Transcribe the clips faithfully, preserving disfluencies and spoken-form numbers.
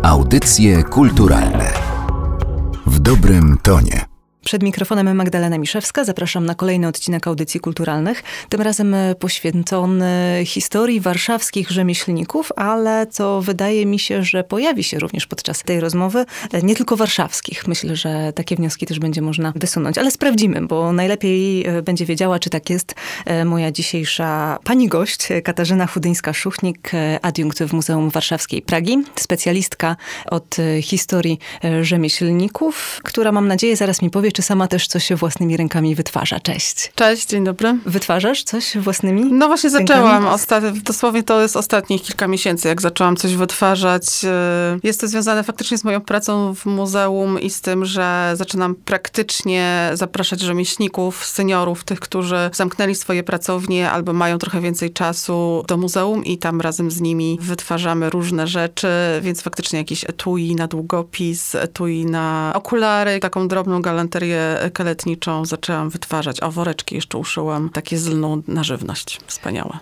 Audycje kulturalne w dobrym tonie. Przed mikrofonem Magdalena Miszewska. Zapraszam na kolejny odcinek Audycji Kulturalnych. Tym razem poświęcony historii warszawskich rzemieślników, ale co wydaje mi się, że pojawi się również podczas tej rozmowy, nie tylko warszawskich. Myślę, że takie wnioski też będzie można wysunąć. Ale sprawdzimy, bo najlepiej będzie wiedziała, czy tak jest, moja dzisiejsza pani gość, Katarzyna Chudyńska-Szuchnik, adiunkt w Muzeum Warszawskiej Pragi, specjalistka od historii rzemieślników, która, mam nadzieję, zaraz mi powie, czy sama też coś własnymi rękami wytwarza. Cześć. Cześć, dzień dobry. Wytwarzasz coś własnymi No właśnie rękami? zaczęłam. Ostat... Dosłownie to jest ostatnich kilka miesięcy, jak zaczęłam coś wytwarzać. Jest to związane faktycznie z moją pracą w muzeum i z tym, że zaczynam praktycznie zapraszać rzemieślników, seniorów, tych, którzy zamknęli swoje pracownie albo mają trochę więcej czasu do muzeum i tam razem z nimi wytwarzamy różne rzeczy, więc faktycznie jakieś etui na długopis, etui na okulary, taką drobną galanterię kaletniczą zaczęłam wytwarzać, a woreczki jeszcze uszyłam, takie z lnu na żywność. Wspaniałe.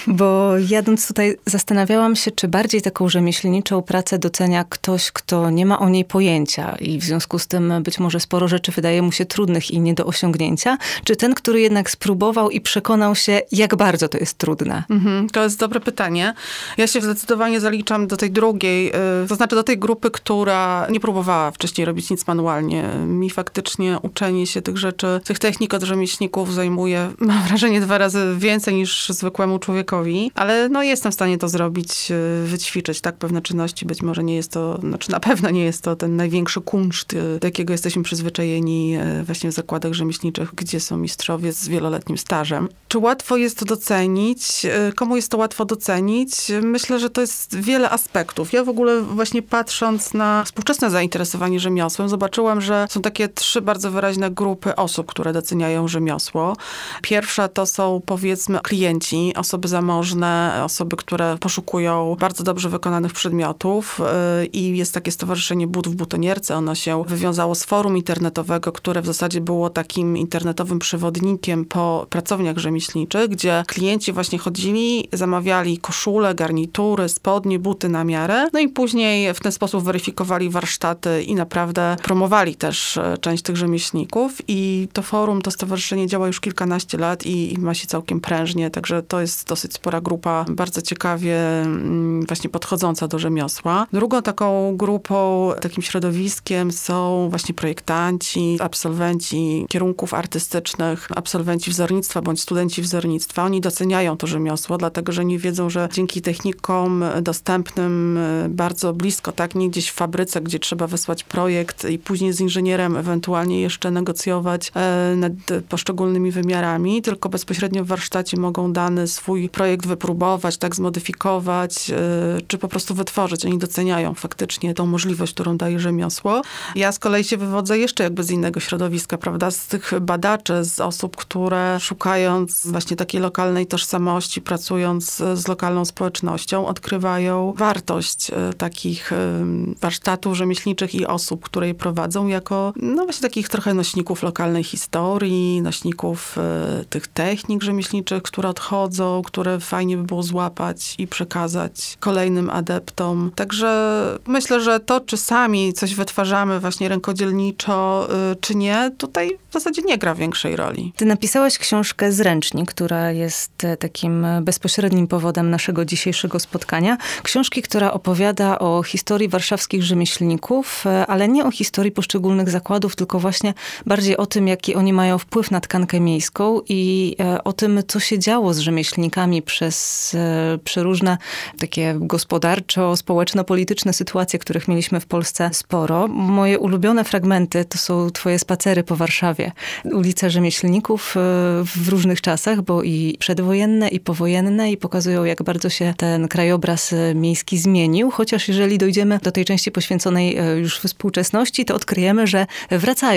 Bo jadąc tutaj zastanawiałam się, czy bardziej taką rzemieślniczą pracę docenia ktoś, kto nie ma o niej pojęcia i w związku z tym być może sporo rzeczy wydaje mu się trudnych i nie do osiągnięcia, czy ten, który jednak spróbował i przekonał się, jak bardzo to jest trudne? Mhm, to jest dobre pytanie. Ja się zdecydowanie zaliczam do tej drugiej, to znaczy do tej grupy, która nie próbowała wcześniej robić nic manualnie. Mi faktycznie uczenie się tych rzeczy, tych technik od rzemieślników zajmuje, mam wrażenie, dwa razy więcej niż zwykłemu człowiekowi, ale no jestem w stanie to zrobić, wyćwiczyć, tak, pewne czynności. Być może nie jest to, znaczy na pewno nie jest to ten największy kunszt, do jakiego jesteśmy przyzwyczajeni właśnie w zakładach rzemieślniczych, gdzie są mistrzowie z wieloletnim stażem. Czy łatwo jest to docenić? Komu jest to łatwo docenić? Myślę, że to jest wiele aspektów. Ja w ogóle właśnie patrząc na współczesne zainteresowanie rzemiosłem, zobaczyłam, że są takie trzy bardzo wyraźne grupy osób, które doceniają rzemiosło. Pierwsza to są, powiedzmy, klienci, osoby zamożne, osoby, które poszukują bardzo dobrze wykonanych przedmiotów i jest takie stowarzyszenie But w Butonierce. Ono się wywiązało z forum internetowego, które w zasadzie było takim internetowym przewodnikiem po pracowniach rzemieślniczych, gdzie klienci właśnie chodzili, zamawiali koszule, garnitury, spodnie, buty na miarę, no i później w ten sposób weryfikowali warsztaty i naprawdę promowali też część tych rzemieślników i to forum, to stowarzyszenie działa już kilkanaście lat i, i ma się całkiem prężnie, także to jest dosyć spora grupa, bardzo ciekawie mm, właśnie podchodząca do rzemiosła. Drugą taką grupą, takim środowiskiem są właśnie projektanci, absolwenci kierunków artystycznych, absolwenci wzornictwa bądź studenci wzornictwa. Oni doceniają to rzemiosło, dlatego że nie wiedzą, że dzięki technikom dostępnym bardzo blisko, tak, nie gdzieś w fabryce, gdzie trzeba wysłać projekt i później z inżynierem ewentualnie jeszcze negocjować e, nad poszczególnymi wymiarami, tylko bezpośrednio w warsztacie mogą dany swój projekt wypróbować, tak zmodyfikować, e, czy po prostu wytworzyć. Oni doceniają faktycznie tą możliwość, którą daje rzemiosło. Ja z kolei się wywodzę jeszcze jakby z innego środowiska, prawda, z tych badaczy, z osób, które szukając właśnie takiej lokalnej tożsamości, pracując z lokalną społecznością, odkrywają wartość e, takich e, warsztatów rzemieślniczych i osób, które je prowadzą, jako no właśnie takich trochę nośników lokalnej historii, nośników y, tych technik rzemieślniczych, które odchodzą, które fajnie by było złapać i przekazać kolejnym adeptom. Także myślę, że to, czy sami coś wytwarzamy właśnie rękodzielniczo, y, czy nie, tutaj w zasadzie nie gra większej roli. Ty napisałaś książkę Zręcznik, która jest takim bezpośrednim powodem naszego dzisiejszego spotkania. Książki, która opowiada o historii warszawskich rzemieślników, ale nie o historii poszczególnych zakładów, tylko właśnie bardziej o tym, jaki oni mają wpływ na tkankę miejską i o tym, co się działo z rzemieślnikami przez przeróżne takie gospodarczo-społeczno-polityczne sytuacje, których mieliśmy w Polsce sporo. Moje ulubione fragmenty to są twoje spacery po Warszawie. Ulice rzemieślników w różnych czasach, bo i przedwojenne, i powojenne, i pokazują, jak bardzo się ten krajobraz miejski zmienił, chociaż jeżeli dojdziemy do tej części poświęconej już współczesności, to odkryjemy, że wracają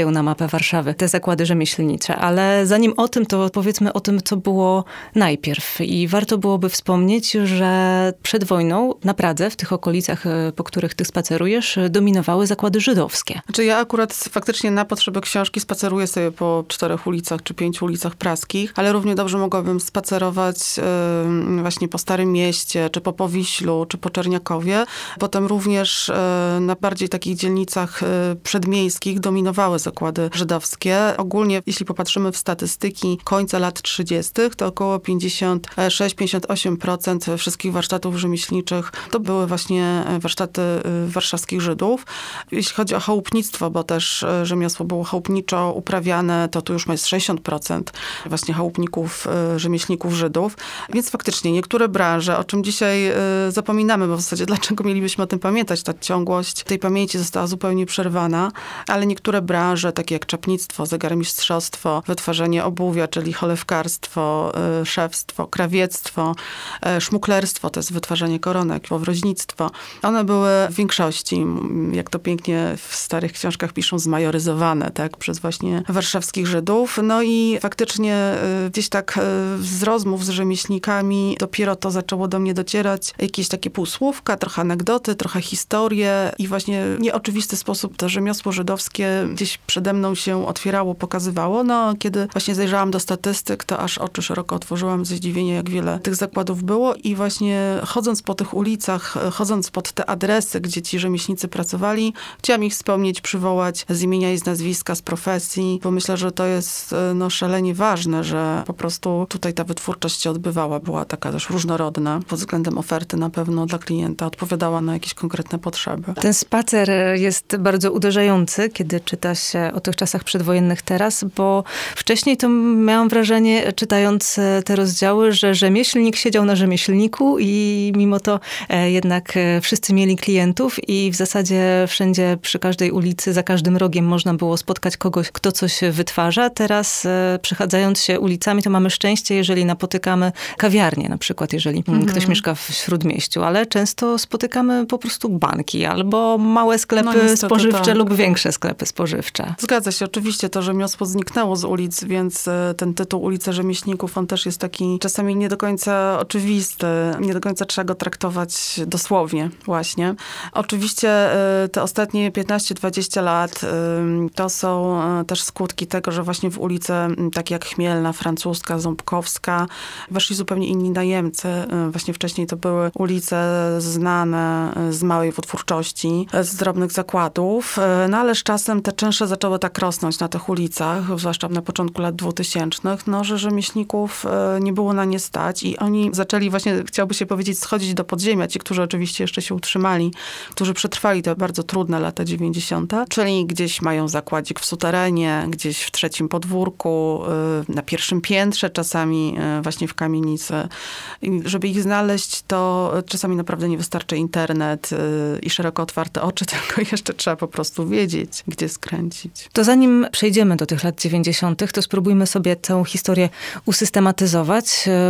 wpadają na mapę Warszawy, te zakłady rzemieślnicze. Ale zanim o tym, to powiedzmy o tym, co było najpierw. I warto byłoby wspomnieć, że przed wojną na Pradze, w tych okolicach, po których ty spacerujesz, dominowały zakłady żydowskie. Znaczy ja akurat faktycznie na potrzeby książki spaceruję sobie po czterech ulicach czy pięciu ulicach praskich, ale równie dobrze mogłabym spacerować yy, właśnie po Starym Mieście, czy po Powiślu, czy po Czerniakowie. Potem również yy, na bardziej takich dzielnicach yy, przedmiejskich dominowały zakłady żydowskie. Ogólnie, jeśli popatrzymy w statystyki końca lat trzydziestych, to około pięćdziesiąt sześć do pięćdziesięciu ośmiu procent wszystkich warsztatów rzemieślniczych to były właśnie warsztaty warszawskich Żydów. Jeśli chodzi o chałupnictwo, bo też rzemiosło było chałupniczo uprawiane, to tu już jest sześćdziesiąt procent właśnie chałupników, rzemieślników Żydów. Więc faktycznie niektóre branże, o czym dzisiaj zapominamy, bo w zasadzie dlaczego mielibyśmy o tym pamiętać? Ta ciągłość tej pamięci została zupełnie przerwana, ale niektóre branże, takie jak czapnictwo, zegarmistrzostwo, wytwarzanie obuwia, czyli cholewkarstwo, szewstwo, krawiectwo, szmuklerstwo, to jest wytwarzanie koronek, powroźnictwo. One były w większości, jak to pięknie w starych książkach piszą, zmajoryzowane, tak, przez właśnie warszawskich Żydów. No i faktycznie gdzieś tak z rozmów z rzemieślnikami dopiero to zaczęło do mnie docierać. Jakieś takie półsłówka, trochę anegdoty, trochę historie i właśnie w nieoczywisty sposób to rzemiosło żydowskie gdzieś przede mną się otwierało, pokazywało. No, kiedy właśnie zajrzałam do statystyk, to aż oczy szeroko otworzyłam ze zdziwienia, jak wiele tych zakładów było i właśnie chodząc po tych ulicach, chodząc pod te adresy, gdzie ci rzemieślnicy pracowali, chciałam ich wspomnieć, przywołać z imienia i z nazwiska, z profesji, bo myślę, że to jest no, szalenie ważne, że po prostu tutaj ta wytwórczość się odbywała, była taka też różnorodna, pod względem oferty na pewno dla klienta, odpowiadała na jakieś konkretne potrzeby. Ten spacer jest bardzo uderzający, kiedy czyta się o tych czasach przedwojennych teraz, bo wcześniej to miałam wrażenie, czytając te rozdziały, że rzemieślnik siedział na rzemieślniku i mimo to jednak wszyscy mieli klientów i w zasadzie wszędzie, przy każdej ulicy, za każdym rogiem można było spotkać kogoś, kto coś wytwarza. Teraz przechadzając się ulicami, to mamy szczęście, jeżeli napotykamy kawiarnię, na przykład, jeżeli mhm. ktoś mieszka w Śródmieściu, ale często spotykamy po prostu banki albo małe sklepy no, niestety, spożywcze tak. lub większe sklepy spożywcze. Zgadza się, oczywiście to rzemiosło zniknęło z ulic, więc ten tytuł Ulice Rzemieślników, on też jest taki czasami nie do końca oczywisty, nie do końca trzeba go traktować dosłownie właśnie. Oczywiście te ostatnie piętnaście dwadzieścia lat to są też skutki tego, że właśnie w ulice takie jak Chmielna, Francuska, Ząbkowska weszli zupełnie inni najemcy. Właśnie wcześniej to były ulice znane z małej wytwórczości, z drobnych zakładów, no ale z czasem te czynsze zaczęły tak rosnąć na tych ulicach, zwłaszcza na początku lat dwutysięcznych, no, że rzemieślników nie było na nie stać i oni zaczęli właśnie, chciałoby się powiedzieć, schodzić do podziemia. Ci, którzy oczywiście jeszcze się utrzymali, którzy przetrwali te bardzo trudne lata dziewięćdziesiąte, czyli gdzieś mają zakładzik w suterenie, gdzieś w trzecim podwórku, na pierwszym piętrze, czasami właśnie w kamienicy. I żeby ich znaleźć, to czasami naprawdę nie wystarczy internet i szeroko otwarte oczy, tylko jeszcze trzeba po prostu wiedzieć, gdzie skręcić. To zanim przejdziemy do tych lat dziewięćdziesiątych, to spróbujmy sobie tę historię usystematyzować,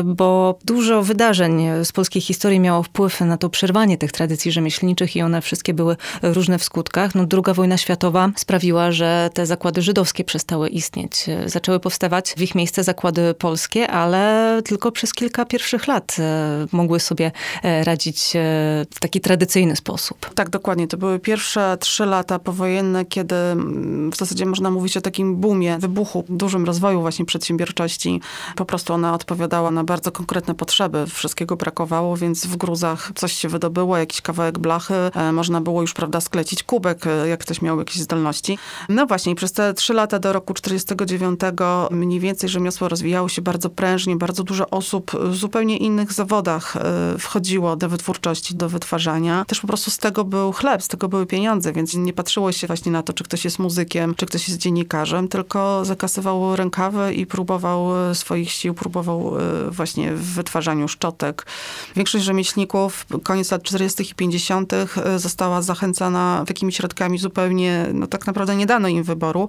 bo dużo wydarzeń z polskiej historii miało wpływ na to przerwanie tych tradycji rzemieślniczych i one wszystkie były różne w skutkach. No, druga wojna światowa sprawiła, że te zakłady żydowskie przestały istnieć. Zaczęły powstawać w ich miejsce zakłady polskie, ale tylko przez kilka pierwszych lat mogły sobie radzić w taki tradycyjny sposób. Tak, dokładnie. To były pierwsze trzy lata powojenne, kiedy w zasadzie można mówić o takim boomie, wybuchu, dużym rozwoju właśnie przedsiębiorczości. Po prostu ona odpowiadała na bardzo konkretne potrzeby. Wszystkiego brakowało, więc w gruzach coś się wydobyło, jakiś kawałek blachy. Można było już, prawda, sklecić kubek, jak ktoś miał jakieś zdolności. No właśnie, przez te trzy lata do roku czterdziestego dziewiątego mniej więcej rzemiosło rozwijało się bardzo prężnie. Bardzo dużo osób w zupełnie innych zawodach wchodziło do wytwórczości, do wytwarzania. Też po prostu z tego był chleb, z tego były pieniądze, więc nie patrzyło się właśnie na to, czy ktoś jest muzykiem, czy ktoś jest dziennikarzem, tylko zakasywał rękawy i próbował swoich sił, próbował właśnie w wytwarzaniu szczotek. Większość rzemieślników, koniec lat czterdziestych i pięćdziesiątych została zachęcana takimi środkami zupełnie, no tak naprawdę nie dano im wyboru,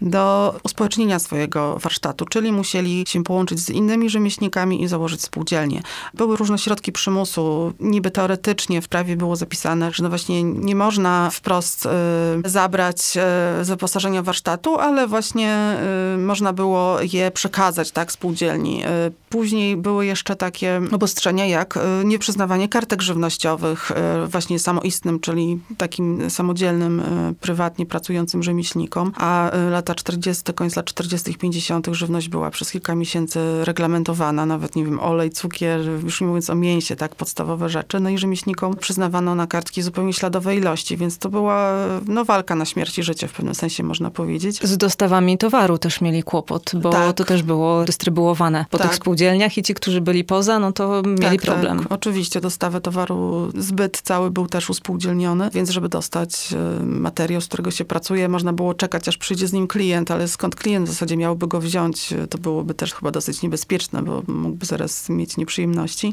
do uspołecznienia swojego warsztatu, czyli musieli się połączyć z innymi rzemieślnikami i założyć spółdzielnię. Były różne środki przymusu. Niby teoretycznie w prawie było zapisane, że no właśnie nie można wprost y, zabrać y, wyposażenia warsztatu, ale właśnie y, można było je przekazać, tak, spółdzielni. Y, później były jeszcze takie obostrzenia, jak y, nieprzyznawanie kartek żywnościowych y, właśnie samoistnym, czyli takim samodzielnym, y, prywatnie pracującym rzemieślnikom, a y, lata czterdzieste, koniec lat czterdziestych, pięćdziesiątych żywność była przez kilka miesięcy reglamentowana, nawet, nie wiem, olej, cukier, już nie mówiąc o mięsie, tak, podstawowe rzeczy. No i rzemieślnikom przyznawano na kartki zupełnie śladowe ilości, więc to była no, walka na śmierć i życie w pewnym sensie, można powiedzieć. Z dostawami towaru też mieli kłopot, bo tak. to też było dystrybuowane po tak. tych spółdzielniach i ci, którzy byli poza, no to mieli tak, problem. Tak. Oczywiście dostawę towaru, zbyt cały był też uspółdzielniony, więc żeby dostać materiał, z którego się pracuje, można było czekać, aż przyjdzie z nim klient, ale skąd klient w zasadzie miałby go wziąć, to byłoby też chyba dosyć niebezpieczne, bo mógłby zaraz mieć nieprzyjemności.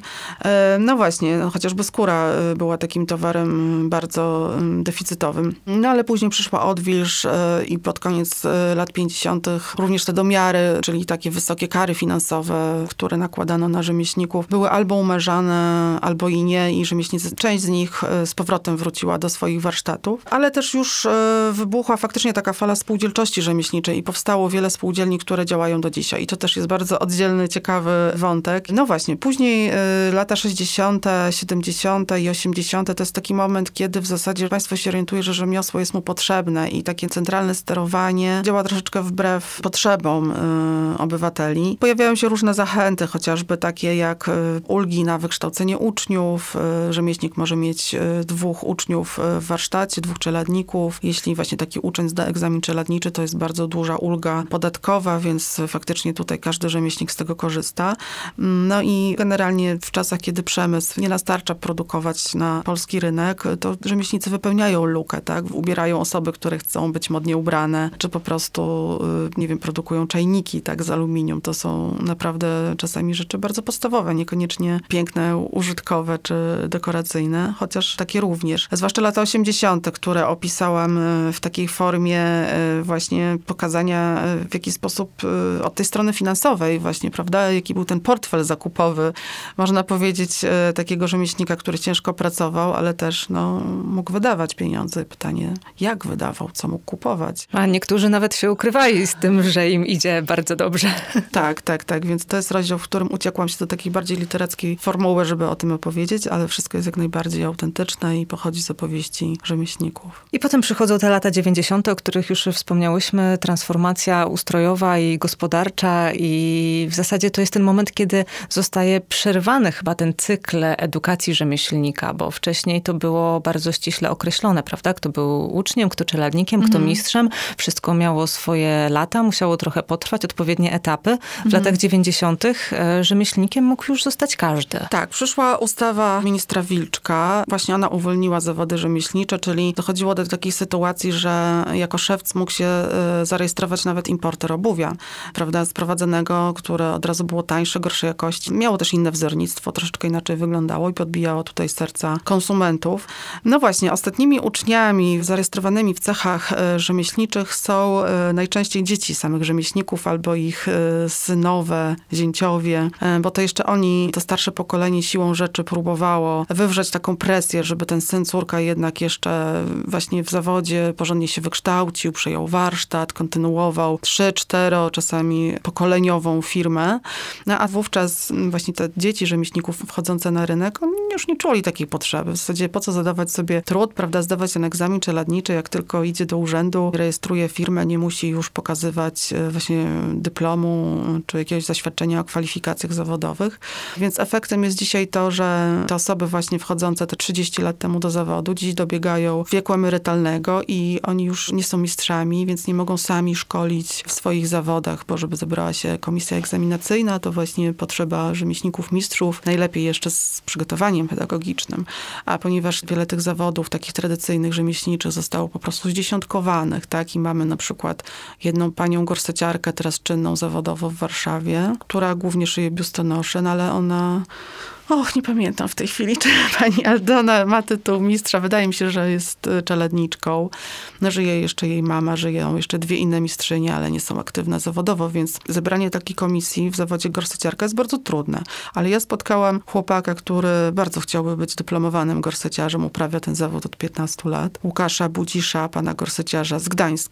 No właśnie, no, chociażby skóra była takim towarem bardzo deficytowym. No ale później przyszła odwilż i pod koniec lat pięćdziesiątych również te domiary, czyli takie wysokie kary finansowe, które nakładano na rzemieślników, były albo umarzane, albo i nie i rzemieślnicy, część z nich z powrotem wróciła do swoich warsztatów, ale też już wybuchła faktycznie taka fala spółdzielczości rzemieślniczej i powstało wiele spółdzielni, które działają do dzisiaj. I to też jest bardzo oddzielny, ciekawy wątek. No właśnie, później lata sześćdziesiąte, siedemdziesiąte i osiemdziesiąte to jest taki moment, kiedy w zasadzie państwo się orientuje, że rzemiosło jest mu potrzebne i takie centralne sterowanie działa troszeczkę wbrew potrzebom y, obywateli. Pojawiają się różne zachęty, chociażby takie jak y, ulgi na wykształcenie uczniów. Y, rzemieślnik może mieć y, dwóch uczniów w warsztacie, dwóch czeladników. Jeśli właśnie taki uczeń zda egzamin czeladniczy, to jest bardzo duża ulga podatkowa, więc faktycznie tutaj każdy rzemieślnik z tego korzysta. No i generalnie w czasach, kiedy przemysł nie nastarcza produkować na polski rynek, to rzemieślnicy wypełniają lukę, tak? Ubierają osoby, które chcą być modnie ubrane, czy po prostu, nie wiem, produkują czajniki, tak, z aluminium. To są naprawdę czasami rzeczy bardzo podstawowe, niekoniecznie piękne, użytkowe, czy dekoracyjne, chociaż takie również. Zwłaszcza lata osiemdziesiąte, które opisałam w takiej formie właśnie pokazania, w jaki sposób od tej strony finansowej właśnie, prawda, jaki był ten portfel zakupowy, można powiedzieć, takiego rzemieślnika, który ciężko pracował, ale też no, mógł wydawać pieniądze. Pytanie, jak wydawał, co mógł kupować. A niektórzy nawet się ukrywali z tym, że im idzie bardzo dobrze. Tak, tak, tak. Więc to jest rozdział, w którym uciekłam się do takiej bardziej literackiej formuły, żeby o tym opowiedzieć, ale wszystko jest jak najbardziej autentyczne i pochodzi z opowieści rzemieślników. I potem przychodzą te lata dziewięćdziesiąte, o których już wspomniałyśmy. Transformacja ustrojowa i gospodarcza i w zasadzie to jest ten moment, kiedy zostaje przerwany chyba ten cykl edukacji rzemieślnika, bo wcześniej to było bardzo ściśle określone, prawda? Kto był uczniem, kto czeladnikiem, kto mistrzem. Wszystko miało swoje lata, musiało trochę potrwać, odpowiednie etapy. W mhm. latach dziewięćdziesiątych rzemieślnikiem mógł już zostać każdy. Tak, przyszła ustawa ministra Wilczka. Właśnie ona uwolniła zawody rzemieślnicze, czyli dochodziło do takiej sytuacji, że jako szewc mógł się zarejestrować nawet importer obuwia, prawda, sprowadzonego, które od razu było tańsze, gorszej jakości. Miało też inne wzornictwo, troszeczkę inaczej wyglądało i podbijało tutaj serca konsumentów. No właśnie, ostatnimi uczniami zarejestrowanymi w cechach rzemieślniczych są najczęściej dzieci samych rzemieślników albo ich synowe, zięciowie, bo to jeszcze oni, to starsze pokolenie siłą rzeczy próbowało wywrzeć taką presję, żeby ten syn, córka jednak jeszcze właśnie w zawodzie porządnie się wykształcił, przejął warsztat, kontynuował trzy, cztero, czasami pokoleniową firmę. No, a wówczas właśnie te dzieci rzemieślników wchodzące na rynek, oni już nie czuli takiej potrzeby. W zasadzie po co zadawać sobie trud, prawda, zdawać ten egzamin czeladniczy, jak tylko idzie do urzędu, rejestruje firmę, nie musi już pokazywać właśnie dyplomu czy jakiegoś zaświadczenia o kwalifikacjach zawodowych. Więc efektem jest dzisiaj to, że te osoby właśnie wchodzące te trzydzieści lat temu do zawodu, dziś dobiegają wieku emerytalnego i oni już nie są mistrzami, więc nie mogą sami szkolić w swoich zawodach, bo żeby zebrała się komisja egzaminacyjna, to właśnie potrzeba rzemieślników mistrzów, najlepiej jeszcze z przygotowaniem pedagogicznym. A ponieważ wiele tych zawodów takich tradycyjnych, rzemieślniczych zostało po prostu zdziesiątkowanych, tak? I mamy na przykład jedną panią gorseciarkę, teraz czynną zawodowo w Warszawie, która głównie szyje biustonosze, no ale ona... Och, nie pamiętam w tej chwili, czy pani Aldona ma tytuł mistrza. Wydaje mi się, że jest czeladniczką. No, żyje jeszcze jej mama, żyją jeszcze dwie inne mistrzynie, ale nie są aktywne zawodowo, więc zebranie takiej komisji w zawodzie gorseciarka jest bardzo trudne. Ale ja spotkałam chłopaka, który bardzo chciałby być dyplomowanym gorseciarzem, uprawia ten zawód od piętnastu lat. Łukasza Budzisza, pana gorseciarza z Gdańska.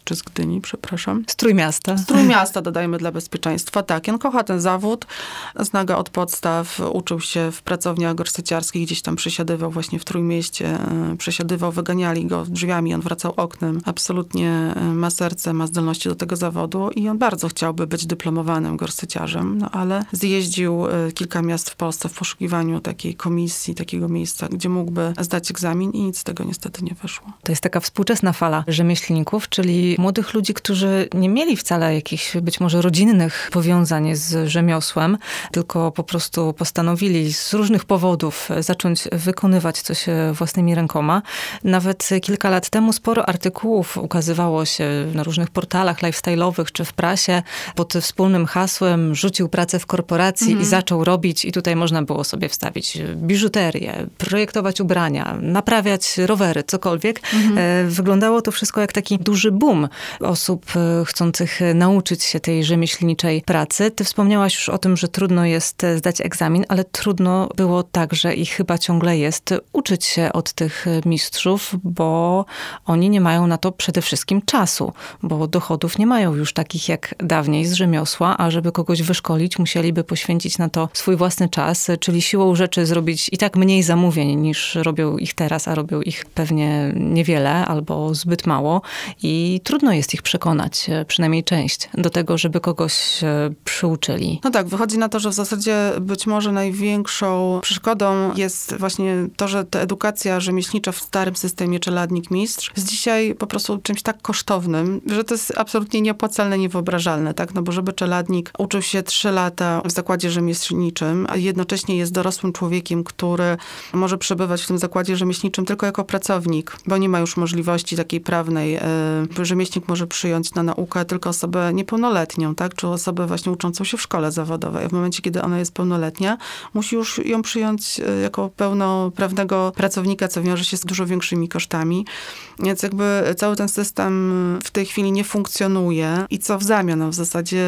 czy z Gdyni, przepraszam. Z Trójmiasta. Z Trójmiasta, dodajmy dla bezpieczeństwa. Tak, Jan kocha ten zawód, zna go od podstaw, uczył się w pracowniach gorsyciarskich, gdzieś tam przesiadywał właśnie w Trójmieście, przesiadywał, wyganiali go drzwiami, on wracał oknem. Absolutnie ma serce, ma zdolności do tego zawodu i on bardzo chciałby być dyplomowanym gorsyciarzem, no ale zjeździł kilka miast w Polsce w poszukiwaniu takiej komisji, takiego miejsca, gdzie mógłby zdać egzamin i nic z tego niestety nie wyszło. To jest taka współczesna fala rzemieślników, czyli młodych ludzi, którzy nie mieli wcale jakichś być może rodzinnych powiązań z rzemiosłem, tylko po prostu postanowili z różnych powodów zacząć wykonywać coś własnymi rękoma. Nawet kilka lat temu sporo artykułów ukazywało się na różnych portalach lifestyle'owych czy w prasie pod wspólnym hasłem rzucił pracę w korporacji mhm. i zaczął robić i tutaj można było sobie wstawić biżuterię, projektować ubrania, naprawiać rowery, cokolwiek. Mhm. Wyglądało to wszystko jak taki duży boom osób chcących nauczyć się tej rzemieślniczej pracy. Ty wspomniałaś już o tym, że trudno jest zdać egzamin, ale trudno było także i chyba ciągle jest uczyć się od tych mistrzów, bo oni nie mają na to przede wszystkim czasu, bo dochodów nie mają już takich jak dawniej z rzemiosła, a żeby kogoś wyszkolić, musieliby poświęcić na to swój własny czas, czyli siłą rzeczy zrobić i tak mniej zamówień niż robią ich teraz, a robią ich pewnie niewiele albo zbyt mało i trudno jest ich przekonać, przynajmniej część, do tego, żeby kogoś przyuczyli. No tak, wychodzi na to, że w zasadzie być może największą przeszkodą jest właśnie to, że ta edukacja rzemieślnicza w starym systemie czeladnik-mistrz jest dzisiaj po prostu czymś tak kosztownym, że to jest absolutnie nieopłacalne, niewyobrażalne, tak? No bo żeby czeladnik uczył się trzy lata w zakładzie rzemieślniczym, a jednocześnie jest dorosłym człowiekiem, który może przebywać w tym zakładzie rzemieślniczym tylko jako pracownik, bo nie ma już możliwości takiej prawnej. Rzemieślnik może przyjąć na naukę tylko osobę niepełnoletnią, tak? Czy osobę właśnie uczącą się w szkole zawodowej. A w momencie, kiedy ona jest pełnoletnia, musi już ją przyjąć jako pełnoprawnego pracownika, co wiąże się z dużo większymi kosztami. Więc jakby cały ten system w tej chwili nie funkcjonuje. I co w zamian? No w zasadzie,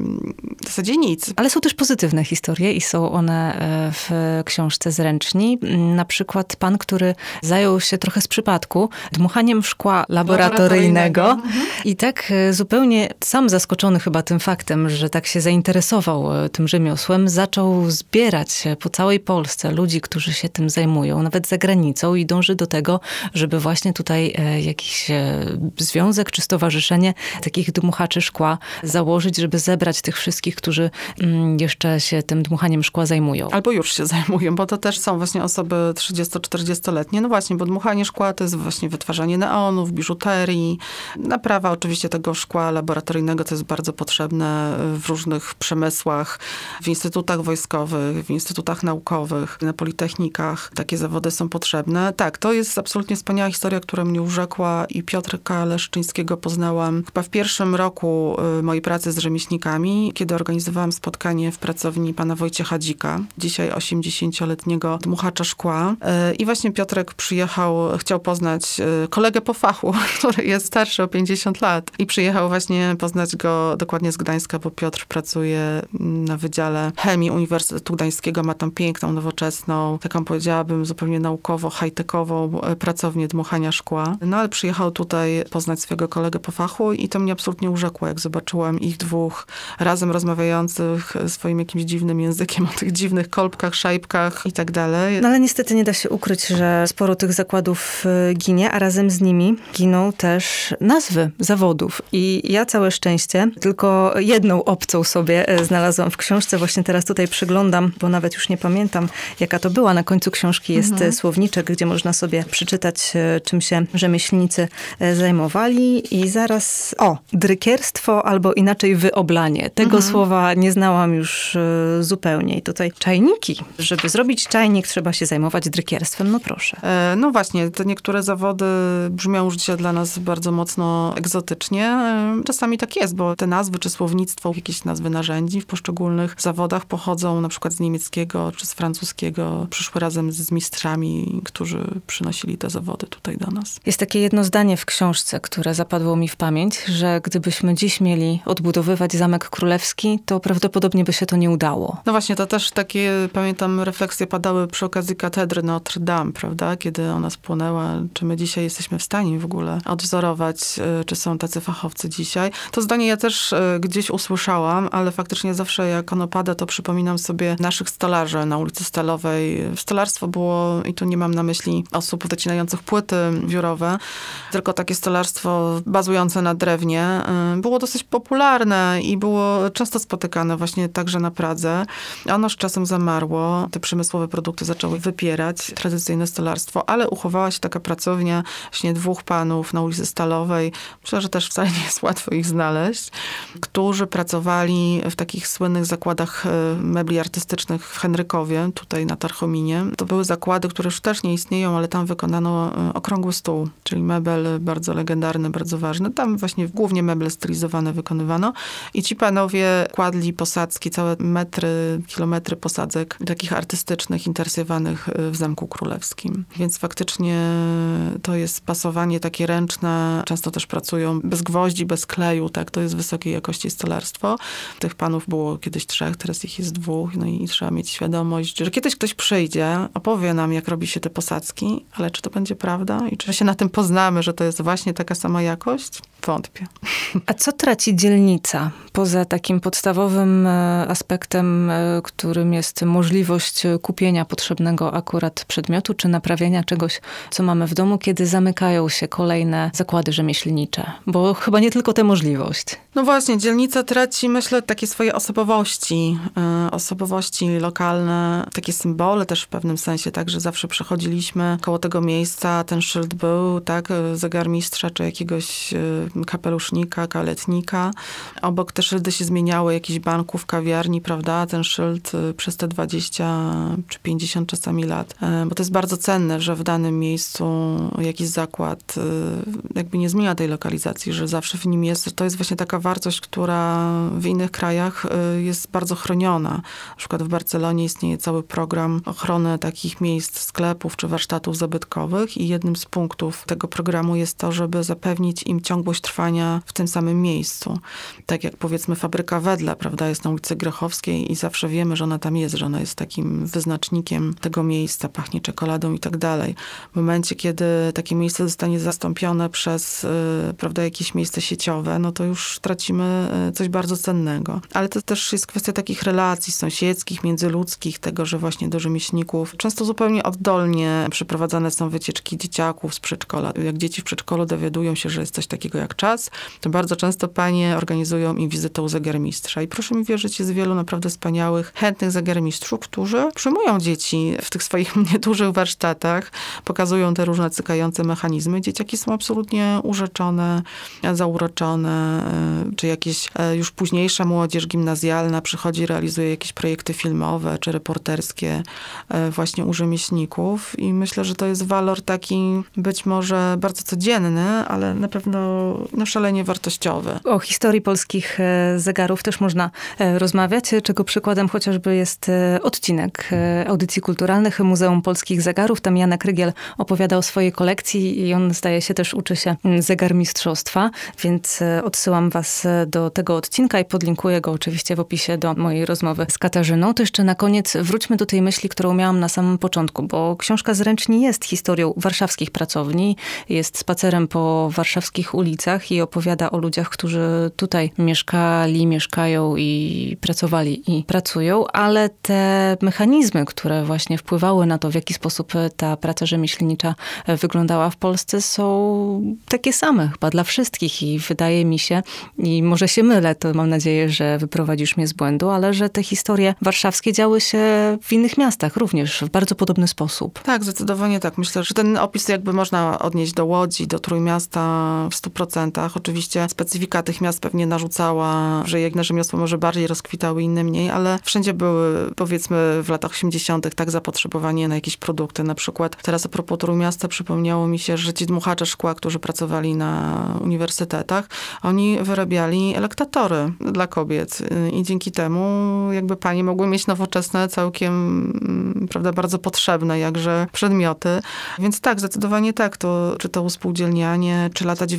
w zasadzie nic. Ale są też pozytywne historie i są one w książce Zręczni. Na przykład pan, który zajął się trochę z przypadku dmuchaniem szkła laboratoryjnego. laboratoryjnego. I tak zupełnie sam zaskoczony chyba tym faktem, że tak się zainteresował tym rzemiosłem, zaczął zbierać po całej Polsce ludzi, którzy się tym zajmują, nawet za granicą i dąży do tego, żeby właśnie tutaj jakiś związek czy stowarzyszenie takich dmuchaczy szkła założyć, żeby zebrać tych wszystkich, którzy jeszcze się tym dmuchaniem szkła zajmują. Albo już się zajmują, bo to też są właśnie osoby trzydziesto-czterdziestoletnie. No właśnie, bo dmuchanie szkła to jest właśnie wytwarzanie neonów, biżuterii. Naprawa oczywiście tego szkła laboratoryjnego, to jest bardzo potrzebne w różnych przemysłach, w instytutach wojskowych, w instytutach naukowych, na politechnikach. Takie zawody są potrzebne. Tak, to jest absolutnie wspaniała historia, która mnie urzekła i Piotrka Leszczyńskiego poznałam chyba w pierwszym roku mojej pracy z rzemieślnikami, kiedy organizowałam spotkanie w pracowni pana Wojciecha Dzika, dzisiaj osiemdziesięcioletniego dmuchacza szkła. I właśnie Piotrek przyjechał, chciał poznać kolegę po fachu, który jest starszy o pięćdziesiąt lat i przyjechał właśnie poznać go dokładnie z Gdańska, bo Piotr pracuje na Wydziale Chemii Uniwersytetu Gdańskiego, ma tam piękną, nowoczesną, taką powiedziałabym zupełnie naukowo, high-techową pracownię dmuchania szkła. No ale przyjechał tutaj poznać swojego kolegę po fachu i to mnie absolutnie urzekło, jak zobaczyłam ich dwóch razem rozmawiających swoim jakimś dziwnym językiem o tych dziwnych kolbkach, szajbkach i tak dalej. No ale niestety nie da się ukryć, że sporo tych zakładów ginie, a razem z nimi giną też nazwy zawodów. I ja całe szczęście tylko jedną obcą sobie znalazłam w książce. Właśnie teraz tutaj przyglądam, bo nawet już nie pamiętam, jaka to była. Na końcu książki jest mhm. słowniczek, gdzie można sobie przeczytać, czym się rzemieślnicy zajmowali. I zaraz, o, drykierstwo albo inaczej wyoblanie. Tego mhm. słowa nie znałam już zupełnie. I tutaj czajniki. Żeby zrobić czajnik, trzeba się zajmować drykierstwem. No proszę. E, no właśnie, te niektóre zawody brzmią już dzisiaj dla nas bardzo mocno egzotycznie. Czasami tak jest, bo te nazwy, czy słownictwo, jakieś nazwy narzędzi w poszczególnych zawodach pochodzą na przykład z niemieckiego, czy z francuskiego. Przyszły razem z mistrzami, którzy przynosili te zawody tutaj do nas. Jest takie jedno zdanie w książce, które zapadło mi w pamięć, że gdybyśmy dziś mieli odbudowywać Zamek Królewski, to prawdopodobnie by się to nie udało. No właśnie, to też takie, pamiętam, refleksje padały przy okazji katedry Notre Dame, prawda? Kiedy ona spłonęła. Czy my dzisiaj jesteśmy w stanie w ogóle odwzorować czy są tacy fachowcy dzisiaj. To zdanie ja też gdzieś usłyszałam, ale faktycznie zawsze jak ono pada, to przypominam sobie naszych stolarzy na ulicy Stalowej. Stolarstwo było, i tu nie mam na myśli osób wycinających płyty wiórowe, tylko takie stolarstwo bazujące na drewnie, było dosyć popularne i było często spotykane właśnie także na Pradze. Ono z czasem zamarło. Te przemysłowe produkty zaczęły wypierać tradycyjne stolarstwo, ale uchowała się taka pracownia właśnie dwóch panów na ulicy Stalowej. Myślę, że też wcale nie jest łatwo ich znaleźć, którzy pracowali w takich słynnych zakładach mebli artystycznych w Henrykowie, tutaj na Tarchominie. To były zakłady, które już też nie istnieją, ale tam wykonano okrągły stół, czyli mebel bardzo legendarny, bardzo ważny. Tam właśnie głównie meble stylizowane wykonywano i ci panowie kładli posadzki, całe metry, kilometry posadzek takich artystycznych, interesowanych w Zamku Królewskim. Więc faktycznie to jest pasowanie takie ręczne. Często też pracują bez gwoździ, bez kleju, tak? To jest wysokiej jakości stolarstwo. Tych panów było kiedyś trzech, teraz ich jest dwóch, no i trzeba mieć świadomość, że kiedyś ktoś przyjdzie, opowie nam, jak robi się te posadzki, ale czy to będzie prawda i czy się na tym poznamy, że to jest właśnie taka sama jakość? Wątpię. A co traci dzielnica poza takim podstawowym aspektem, którym jest możliwość kupienia potrzebnego akurat przedmiotu, czy naprawienia czegoś, co mamy w domu, kiedy zamykają się kolejne zakłady rzemieślnicze? Bo chyba nie tylko tę możliwość. No właśnie, dzielnica traci, myślę, takie swoje osobowości, yy, osobowości lokalne, takie symbole też w pewnym sensie, tak, że zawsze przechodziliśmy koło tego miejsca, ten szyld był, tak, zegarmistrza, czy jakiegoś yy, kapelusznika, kaletnika. Obok te szyldy się zmieniały, jakichś banków, kawiarni, prawda, ten szyld yy, przez te dwadzieścia czy pięćdziesiąt czasami lat. Yy, bo to jest bardzo cenne, że w danym miejscu jakiś zakład yy, jakby nie zmienia tej lokalizacji, że zawsze w nim jest, to jest właśnie taka wartość, która w innych krajach jest bardzo chroniona. Na przykład w Barcelonie istnieje cały program ochrony takich miejsc, sklepów czy warsztatów zabytkowych i jednym z punktów tego programu jest to, żeby zapewnić im ciągłość trwania w tym samym miejscu. Tak jak powiedzmy fabryka Wedle, prawda, jest na ulicy Grochowskiej i zawsze wiemy, że ona tam jest, że ona jest takim wyznacznikiem tego miejsca, pachnie czekoladą i tak dalej. W momencie, kiedy takie miejsce zostanie zastąpione przez, prawda, jakieś miejsce sieciowe, no to już tracimy coś bardzo cennego. Ale to też jest kwestia takich relacji sąsiedzkich, międzyludzkich, tego, że właśnie do rzemieślników często zupełnie oddolnie przeprowadzane są wycieczki dzieciaków z przedszkola. Jak dzieci w przedszkolu dowiadują się, że jest coś takiego jak czas, to bardzo często panie organizują im wizytę u zegarmistrza. I proszę mi wierzyć, jest wielu naprawdę wspaniałych, chętnych zegarmistrzów, którzy przyjmują dzieci w tych swoich niedużych warsztatach, pokazują te różne cykające mechanizmy. Dzieciaki są absolutnie urzeczone, zauroczone, czy jakieś już późniejsza młodzież gimnazjalna przychodzi, realizuje jakieś projekty filmowe czy reporterskie właśnie u rzemieślników i myślę, że to jest walor taki być może bardzo codzienny, ale na pewno no, szalenie wartościowy. O historii polskich zegarów też można rozmawiać, czego przykładem chociażby jest odcinek audycji kulturalnych Muzeum Polskich Zegarów. Tam Janek Rygiel opowiada o swojej kolekcji i on zdaje się też uczy się zegarmistrzostwa, więc odsyłam was do tego odcinka i podlinkuję go oczywiście w opisie do mojej rozmowy z Katarzyną. To jeszcze na koniec wróćmy do tej myśli, którą miałam na samym początku, bo książka Zręczni jest historią warszawskich pracowni, jest spacerem po warszawskich ulicach i opowiada o ludziach, którzy tutaj mieszkali, mieszkają i pracowali i pracują, ale te mechanizmy, które właśnie wpływały na to, w jaki sposób ta praca rzemieślnicza wyglądała w Polsce, są takie same chyba dla wszystkich i wydaje mi się, i może się mylę, to mam nadzieję, że wyprowadzisz mnie z błędu, ale że te historie warszawskie działy się w innych miastach również w bardzo podobny sposób. Tak, zdecydowanie tak. Myślę, że ten opis jakby można odnieść do Łodzi, do Trójmiasta w stu procentach. Oczywiście specyfika tych miast pewnie narzucała, że jedne rzemiosła może bardziej rozkwitały, inne mniej, ale wszędzie były, powiedzmy w latach osiemdziesiątych tak zapotrzebowanie na jakieś produkty. Na przykład teraz a propos Trójmiasta przypomniało mi się, że ci dmuchacze szkła, którzy pracowali na uniwersytetach, oni wyrabiali elektatory dla kobiet i dzięki temu jakby panie mogły mieć nowoczesne, całkiem, prawda, bardzo potrzebne jakże przedmioty. Więc tak, zdecydowanie tak, to, czy to uspółdzielnianie, czy lata dziewięćdziesiąte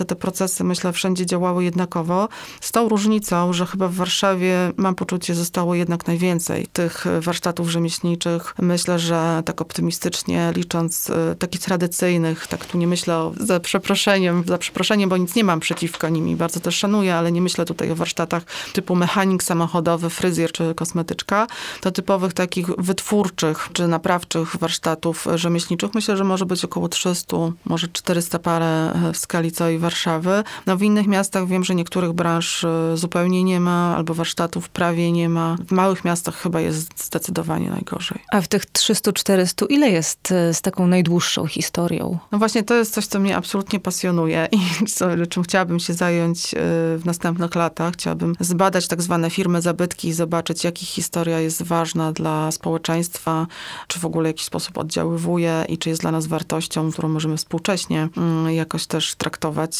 te procesy, myślę, wszędzie działały jednakowo. Z tą różnicą, że chyba w Warszawie, mam poczucie, zostało jednak najwięcej tych warsztatów rzemieślniczych. Myślę, że tak optymistycznie licząc takich tradycyjnych, tak tu nie myślę o, za przeproszeniem, za przeproszeniem, bo nic nie mam przeciwko nim i bardzo też szanuję, ale nie myślę tutaj o warsztatach typu mechanik samochodowy, fryzjer czy kosmetyczka. To typowych takich wytwórczych czy naprawczych warsztatów rzemieślniczych. Myślę, że może być około trzysta, może czterysta parę w skali całej Warszawy. No w innych miastach wiem, że niektórych branż zupełnie nie ma, albo warsztatów prawie nie ma. W małych miastach chyba jest zdecydowanie najgorzej. A w tych trzystu czterystu ile jest z taką najdłuższą historią? No właśnie to jest coś, co mnie absolutnie pasjonuje i co, czym chciałabym się zająć w następnych latach. Chciałabym zbadać tak zwane firmy zabytki i zobaczyć, jak ich historia jest ważna dla społeczeństwa, czy w ogóle w jakiś sposób oddziaływuje i czy jest dla nas wartością, którą możemy współcześnie jakoś też traktować.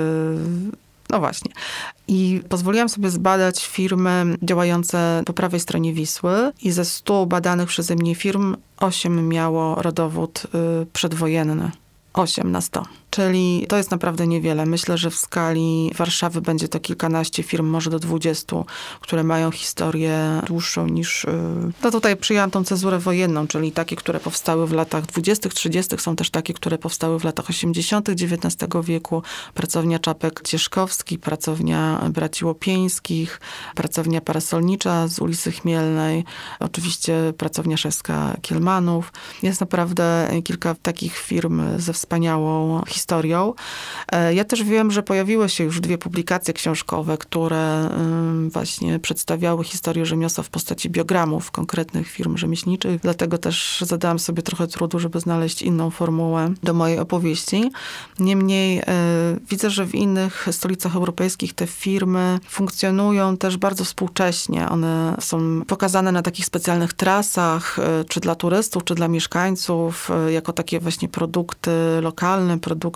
No właśnie. I pozwoliłam sobie zbadać firmy działające po prawej stronie Wisły i ze stu badanych przeze mnie firm osiem miało rodowód przedwojenny. osiem na sto. Czyli to jest naprawdę niewiele. Myślę, że w skali Warszawy będzie to kilkanaście firm, może do dwudziestu, które mają historię dłuższą niż... No tutaj przyjęłam tą cezurę wojenną, czyli takie, które powstały w latach dwudziestych, trzydziestych. Są też takie, które powstały w latach osiemdziesiątych dziewiętnastego wieku. Pracownia Czapek Cieszkowski, pracownia braci Łopieńskich, pracownia parasolnicza z ulicy Chmielnej, oczywiście pracownia szewska Kielmanów. Jest naprawdę kilka takich firm ze wspaniałą historią. historią. Ja też wiem, że pojawiły się już dwie publikacje książkowe, które właśnie przedstawiały historię rzemiosła w postaci biogramów konkretnych firm rzemieślniczych. Dlatego też zadałam sobie trochę trudu, żeby znaleźć inną formułę do mojej opowieści. Niemniej widzę, że w innych stolicach europejskich te firmy funkcjonują też bardzo współcześnie. One są pokazane na takich specjalnych trasach, czy dla turystów, czy dla mieszkańców, jako takie właśnie produkty lokalne, produkty,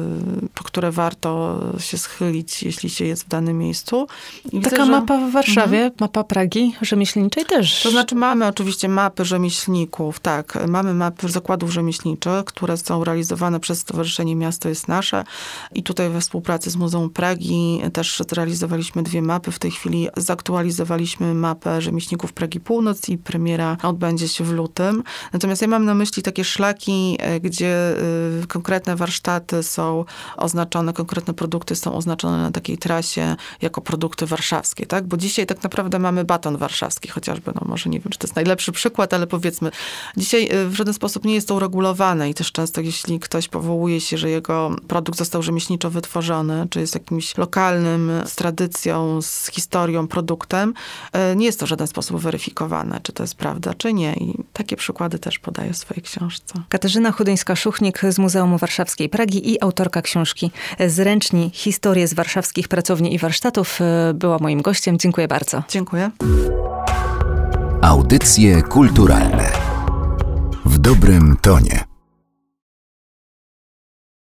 po które warto się schylić, jeśli się jest w danym miejscu. I Taka widzę, że... mapa w Warszawie, mhm. mapa Pragi rzemieślniczej też. To znaczy mamy oczywiście mapy rzemieślników, tak. Mamy mapy zakładów rzemieślniczych, które są realizowane przez Stowarzyszenie Miasto jest Nasze. I tutaj we współpracy z Muzeum Pragi też zrealizowaliśmy dwie mapy. W tej chwili zaktualizowaliśmy mapę rzemieślników Pragi Północ i premiera odbędzie się w lutym. Natomiast ja mam na myśli takie szlaki, gdzie y, konkretne warsztaty są oznaczone, konkretne produkty są oznaczone na takiej trasie jako produkty warszawskie, tak? Bo dzisiaj tak naprawdę mamy baton warszawski, chociażby, no może nie wiem, czy to jest najlepszy przykład, ale powiedzmy, dzisiaj w żaden sposób nie jest to uregulowane i też często, jeśli ktoś powołuje się, że jego produkt został rzemieślniczo wytworzony, czy jest jakimś lokalnym, z tradycją, z historią produktem, nie jest to w żaden sposób weryfikowane, czy to jest prawda, czy nie. I takie przykłady też podaję w swojej książce. Katarzyna Chudyńska-Szuchnik z Muzeum Warszawskiej Pragi i autorka książki Zręczni. Historie z warszawskich pracowni i warsztatów była moim gościem. Dziękuję bardzo. Dziękuję. Audycje kulturalne w dobrym tonie.